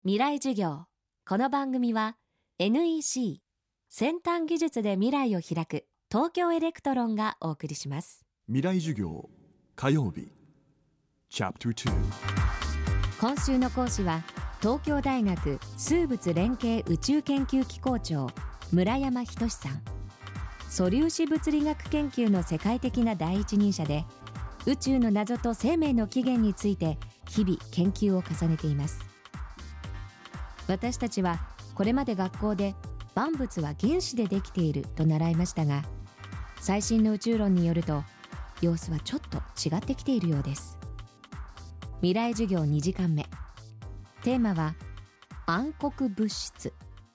未来授業。この番組は NEC 先端技術で未来を開く東京エレクトロンがお送りします。 未来授業火曜日チャプター2。 今週の講師は東京大学数物連携宇宙研究機構長村山仁さん。素粒子物理学研究の世界的な第一人者で、宇宙の謎と生命の起源について日々研究を重ねています。私たちはこれまで学校で万物は原子でできていると習いましたが、最新の宇宙論によると様子はちょっと違ってきているようです。未来授業2時間目、テーマは暗黒物質。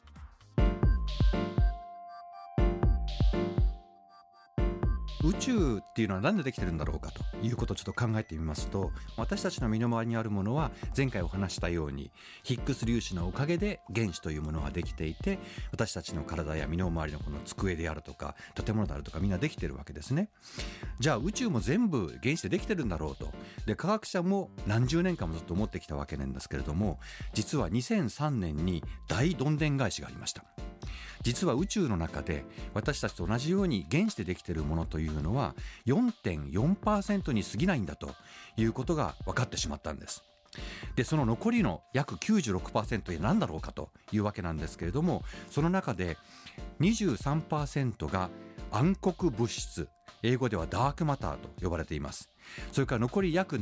宇宙っていうのは何でできてるんだろうかということをちょっと考えてみますと、私たちの身の回りにあるものは前回お話したようにヒッグス粒子のおかげで原子というものができていて、私たちの体や身の回りのこの机であるとか建物であるとかみんなできてるわけですね。じゃあ宇宙も全部原子でできてるんだろうと。で、科学者も何十年間もずっと思ってきたわけなんですけれども、実は2003年に大どんでん返しがありました。実は宇宙の中で私たちと同じように原子でできているものというのは 4.4% に過ぎないんだということが分かってしまったんです。で、その残りの約 96% は何だろうかというわけなんですけれども、その中で 23% が暗黒物質、英語ではダークマターと呼ばれています。それから残り約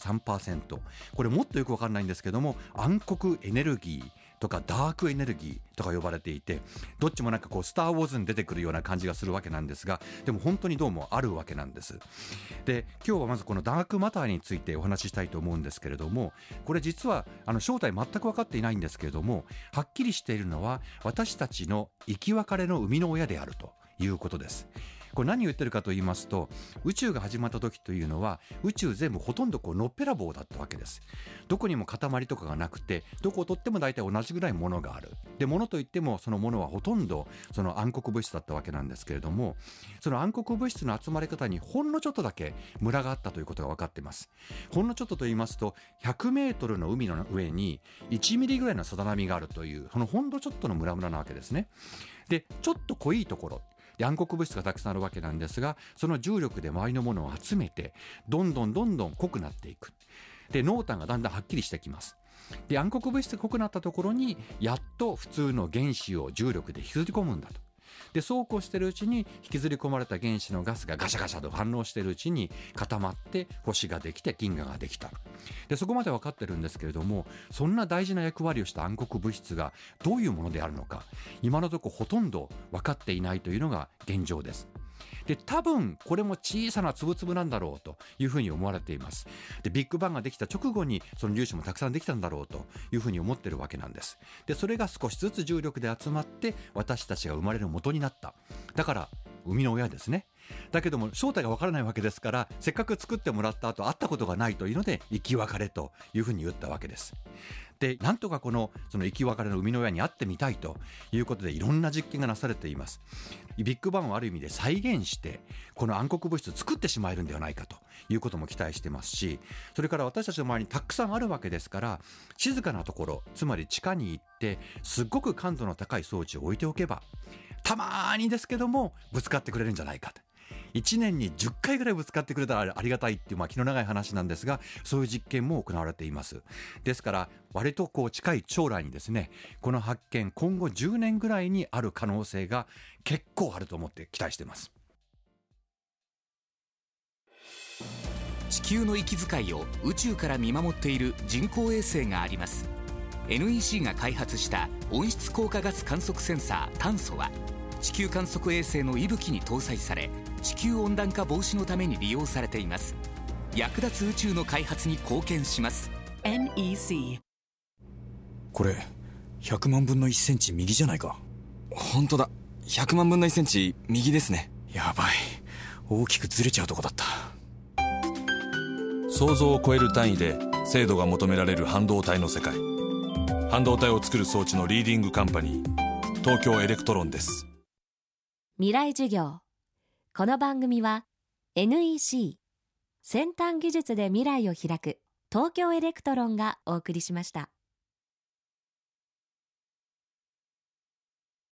73%、 これもっとよく分かんないんですけども、暗黒エネルギーとかダークエネルギーとか呼ばれていて、どっちもなんかこうスターウォーズに出てくるような感じがするわけなんですが、でも本当にどうもあるわけなんです。で、今日はまずこのダークマターについてお話ししたいと思うんですけれども、これ実は正体全く分かっていないんですけれども、はっきりしているのは私たちの生き別れの生みの親であるということです。これ何を言ってるかと言いますと、宇宙が始まった時というのは宇宙全部ほとんどこうのっぺらぼうだったわけです。どこにも塊とかがなくて、どこを取っても大体同じぐらいものがある。で、ものといってもそのものはほとんどその暗黒物質だったわけなんですけれども、その暗黒物質の集まり方にほんのちょっとだけムラがあったということが分かっています。ほんのちょっとと言いますと、100メートルの海の上に1ミリぐらいのさざ波があるという、そのほんのちょっとのムラムラなわけですね。で、ちょっと濃いところで暗黒物質がたくさんあるわけなんですが、その重力で周りのものを集めてどんどん濃くなっていく。で、濃淡がだんだんはっきりしてきます。で、暗黒物質が濃くなったところにやっと普通の原子を重力で引きずり込むんだと。で、そうこうしているうちに引きずり込まれた原子のガスがガシャガシャと反応しているうちに固まって星ができて銀河ができた。で、そこまで分かってるんですけれども、そんな大事な役割をした暗黒物質がどういうものであるのか、今のところほとんど分かっていないというのが現状です。で、多分これも小さな粒々なんだろうというふうに思われています。で、ビッグバンができた直後にその粒子もたくさんできたんだろうというふうに思っているわけなんです。で、それが少しずつ重力で集まって私たちが生まれる元になった。だから生みの親ですね。だけども正体がわからないわけですから、せっかく作ってもらった後会ったことがないというので生き別れというふうに言ったわけです。で、なんとかその生き別れの生みの親に会ってみたいということでいろんな実験がなされています。ビッグバンをある意味で再現してこの暗黒物質を作ってしまえるんではないかということも期待してますし、それから私たちの周りにたくさんあるわけですから、静かなところ、つまり地下に行ってすっごく感度の高い装置を置いておけば、たまにですけどもぶつかってくれるんじゃないかと。1年に10回ぐらいぶつかってくれたらありがたいっていう、気の長い話なんですが、そういう実験も行われています。ですから割と近い将来にですね、この発見今後10年ぐらいにある可能性が結構あると思って期待しています。 地球の息遣いを宇宙から見守っている人工衛星があります。 NEC が開発した温室効果ガス観測センサー炭素は、地球観測衛星の息吹に搭載され、地球温暖化防止のために利用されています。役立つ宇宙の開発に貢献します。 NEC。 これ100万分の1センチ右じゃないか。 本当だ、100万分の1センチ右ですね。 やばい、大きくずれちゃうとこだった。 想像を超える単位で精度が求められる半導体の世界。半導体を作る装置のリーディングカンパニー、東京エレクトロンです。 未来授業。この番組は NEC 先端技術で未来を開く東京エレクトロンがお送りしました。